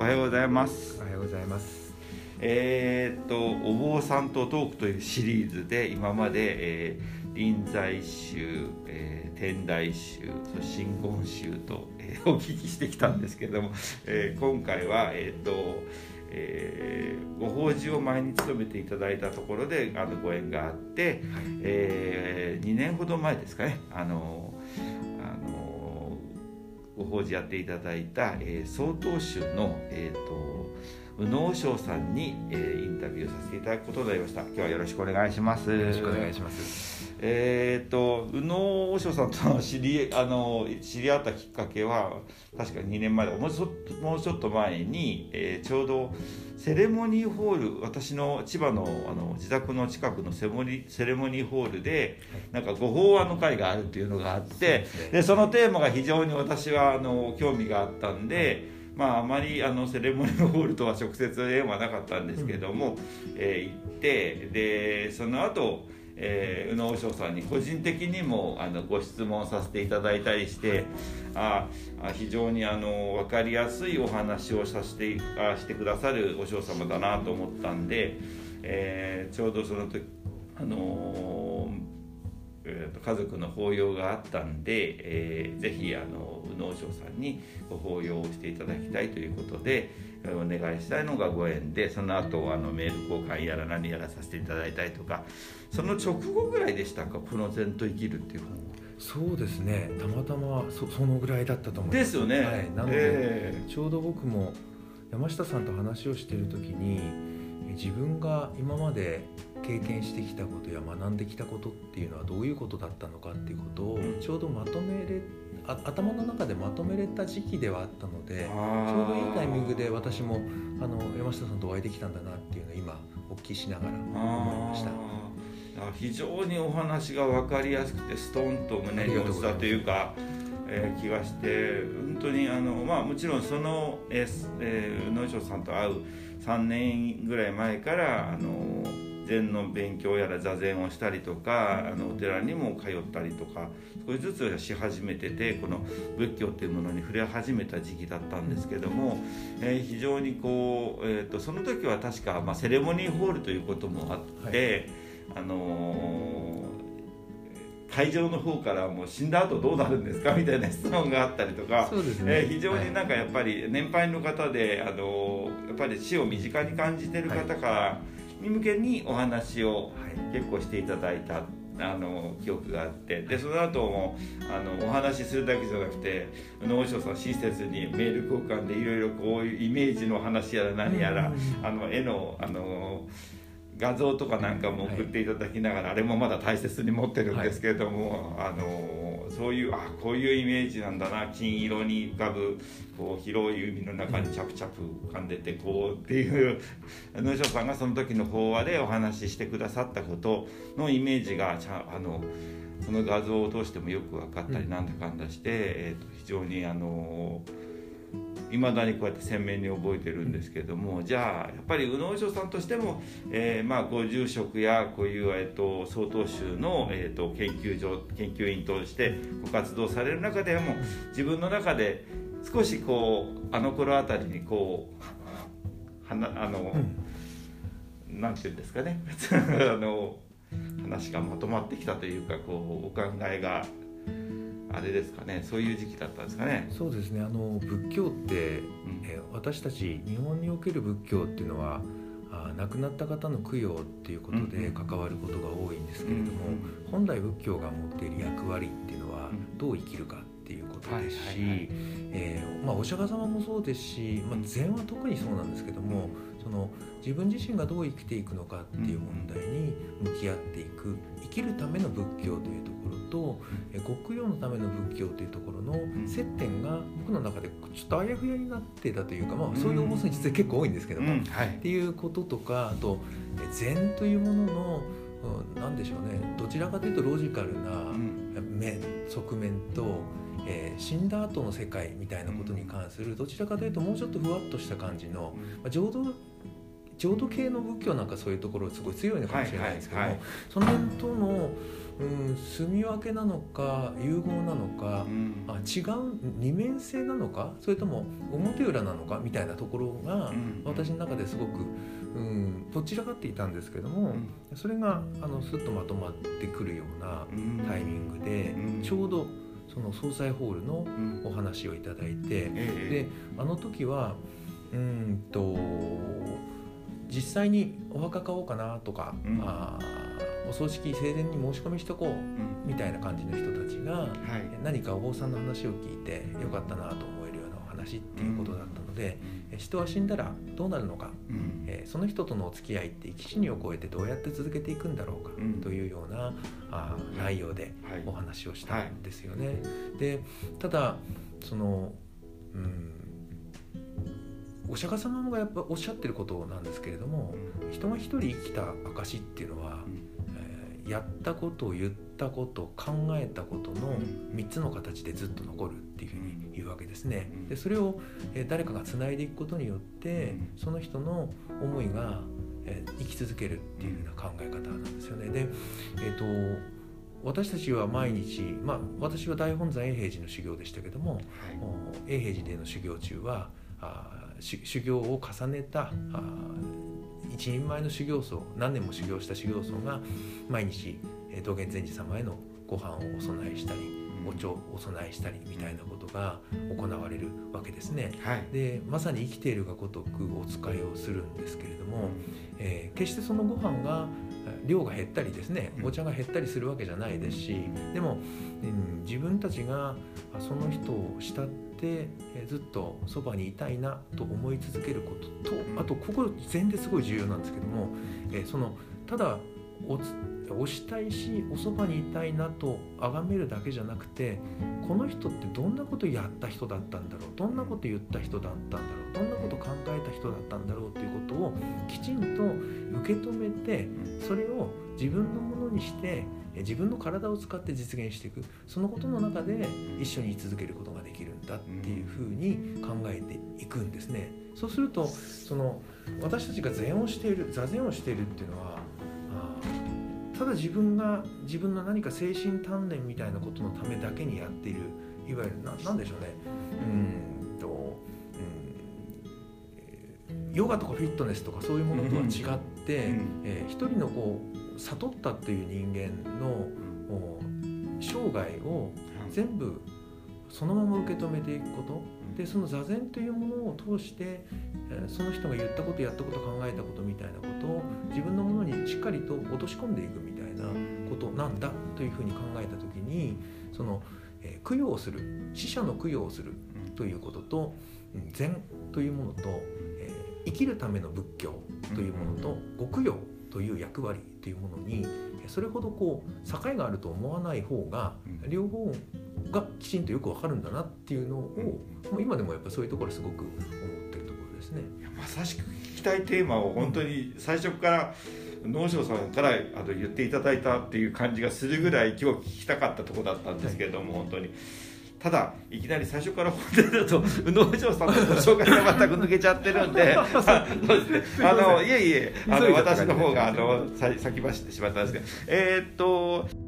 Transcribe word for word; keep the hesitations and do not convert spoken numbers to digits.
はようございます。 おはようございます。 えー、っとお坊さんとトークというシリーズで今まで、えー、臨済宗、えー、天台宗、真言宗と、えー、お聞きしてきたんですけども、えー、今回は、えーっとえー、ご法事を前に務めていただいたところであのご縁があって、はい、えー、にねんほど前ですかね、あのあのご法事やっていただいた、えー、曹洞宗の、えーと宇野和尚さんに、えー、インタビューさせていただくことになりました。今日はよろしくお願いします。 よろしくお願いします。 えーと宇野和尚さんと知りあの知り合ったきっかけは確かにねんまえもうちょっともうちょっと前に、えー、ちょうどセレモニーホール、私の千葉 の, あの自宅の近くのセモニセレモニーホールで、はい、なんかご法話の会があるっていうのがあって、そ で, でそのテーマが非常に私はあの興味があったんで、はい、まあ、あまりあのセレモニーホールとは直接縁はなかったんですけども、うん、えー、行ってでその後、えー、宇野和尚さんに個人的にもあのご質問させていただいたりして、ああ非常にあの分かりやすいお話をさせてあしてくださる和尚様だなと思ったんで、えー、ちょうどその時あのー家族の法要があったんで、えー、ぜひあの宇野和尚さんにご法要をしていただきたいということでお願いしたいのがご縁で、その後あのメール交換やら何やらさせていただいたりとか、その直後ぐらいでしたか、この禅と生きるっていう本。 そうですね、たまたま そ, そのぐらいだったと思います。 ですよね、 はい、なので、 えー、 ちょうど僕も山下さんと話をしている時に自分が今まで経験してきたことや学んできたことっていうのはどういうことだったのかっていうことをちょうどまとめれあ頭の中でまとめれた時期ではあったので、ちょうどいいタイミングで私もあの山下さんとお会いできたんだなっていうのを今お聞きしながら思いました。 非常にお話が分かりやすくてストンと胸に落ちたというか、えー、気がして、本当にあの、まあ、もちろんその、えーえー、宇野和尚さんと会うさんねんぐらい前からあの禅の勉強やら座禅をしたりとか、あのお寺にも通ったりとか少しずつし始めてて、この仏教っていうものに触れ始めた時期だったんですけども、えー、非常にこう、えーと、その時は確か、まあ、セレモニーホールということもあって、はい、あのー、会場の方からもう死んだ後どうなるんですかみたいな質問があったりとか、 そうですね、 えー、非常になんかやっぱり年配の方で、あのー、やっぱり死を身近に感じている方から、はい、に向けにお話を結構していただいたあの記憶があって、でその後もあのお話しするだけじゃなくて宇野和尚さん親切にメール交換でいろいろこういうイメージの話やら何やら、あの絵のあの画像とかなんかも送っていただきながら、はい、あれもまだ大切に持ってるんですけれども、はい、あのそういうあこういうイメージなんだな、金色に浮かぶこう広い海の中にチャプチャプ浮かんでてこうっていう宇野和尚さんがその時の法話でお話ししてくださったことのイメージがちゃあのその画像を通してもよく分かったりなんだかんだして、うんえー、と非常にあのいまだにこうやって鮮明に覚えてるんですけれども、じゃあやっぱり宇野和尚さんとしても、えー、まあご住職やこういう、えー、と曹洞宗の、えー、と研究所研究員としてご活動される中でも自分の中で少しこうあの頃あたりにこうはなあの、うん、なんていうんですかねあの話がまとまってきたというか、こうお考えがあれですかね、そういう時期だったんですかね。 そうですね、あの仏教って、うんえー、私たち日本における仏教っていうのはあ亡くなった方の供養っていうことで関わることが多いんですけれども、うんうん、本来仏教が持っている役割っていうのはどう生きるかっていうことですし、えーまあ、お釈迦様もそうですし、まあ、禅は特にそうなんですけども、その自分自身がどう生きていくのかっていう問題に向き合っていく、生きるための仏教というところと、え極用のための仏教というところの接点が僕の中でちょっとあやふやになってたというか、まあ、そういうお坊さん実は結構多いんですけども、うんはい、っていうこととか、あと禅というものの何でしょうね、どちらかというとロジカルな面、側面と、えー、死んだ後の世界みたいなことに関するどちらかというともうちょっとふわっとした感じの、まあ、浄土浄土系の仏教なんかそういうところすごい強いのかもしれないですけども、 はいはいはい、 その辺との、うん、住み分けなのか融合なのか、うん、あ違う二面性なのかそれとも表裏なのかみたいなところが、うん、私の中ですごく、うん、どちらかっていたんですけども、うん、それがあのスッとまとまってくるようなタイミングで、うん、ちょうどその総裁ホールのお話をいただいて、うん、であの時はうんと実際にお墓買おうかなとか、うん、あお葬式生前に申し込みしとこうみたいな感じの人たちが、うん、何かお坊さんの話を聞いてよかったなと思えるようなお話っていうことだったので、うん、人は死んだらどうなるのか、うんえー、その人とのお付き合いって生き死にを超えてどうやって続けていくんだろうか、うん、というようなあ内容でお話をしたんですよね、はいはい、でただそのうんお釈迦様がやっぱおっしゃってることなんですけれども、人が一人生きた証っていうのは、えー、やったこと言ったこと考えたことのみっつの形でずっと残るっていうふうに言うわけですね。でそれを、えー、誰かがつないでいくことによってその人の思いが、えー、生き続けるっていうような考え方なんですよね。で、えーと私たちは毎日、まあ、私は大本山永平寺の修行でしたけども、はい、永平寺での修行中はあ修行を重ねたあ一人前の修行僧、何年も修行した修行僧が毎日道元禅師様へのご飯をお供えしたり、お茶をお供えしたりみたいなことが行われるわけですね、はい、でまさに生きているがごとくお使いをするんですけれども、えー、決してそのご飯が量が減ったりですね、お茶が減ったりするわけじゃないですし、でも、うん、自分たちがその人を慕ってずっとそばにいたいなと思い続けることと、あとここ禅ですごい重要なんですけども、えー、そのただおおしたいしおそばにいたいなと崇めるだけじゃなくて、この人ってどんなことやった人だったんだろう、どんなこと言った人だったんだろう、どんなこと考えた人だったんだろうということをきちんと受け止めて、それを自分のものにして自分の体を使って実現していく、そのことの中で一緒に居続けることができるんだっていうふうに考えていくんですね。そうするとその私たちが禅をしている、座禅をしているっていうのは、ただ自分が自分の何か精神鍛錬みたいなことのためだけにやっている、いわゆる な, なんでしょうね、うんと、うん、ヨガとかフィットネスとかそういうものとは違って、うんえー、一人のこう悟ったという人間の生涯を全部そのまま受け止めていくこと、でその座禅というものを通してその人が言ったことやったこと考えたことみたいなことを自分のものにしっかりと落とし込んでいくみたいなことなんだというふうに考えたときに、その、えー、供養をする、死者の供養をするということと禅というものと、えー、生きるための仏教というものとご供養という役割というものにそれほどこう境があると思わない方が、両方がきちんとよくわかるんだなっていうのを、もう今でもやっぱそういうところすごく思ってるところですね。 いやまさしく聞きたいテーマを本当に最初から能生さんからあの言っていただいたっていう感じがするぐらい今日聞きたかったところだったんですけれども、はい、本当にただいきなり最初から本題だと能生さんのご紹介が全く抜けちゃってるんでそうですね、あのいえいえあの私の方があの先走ってしまったんですけど、えー、っと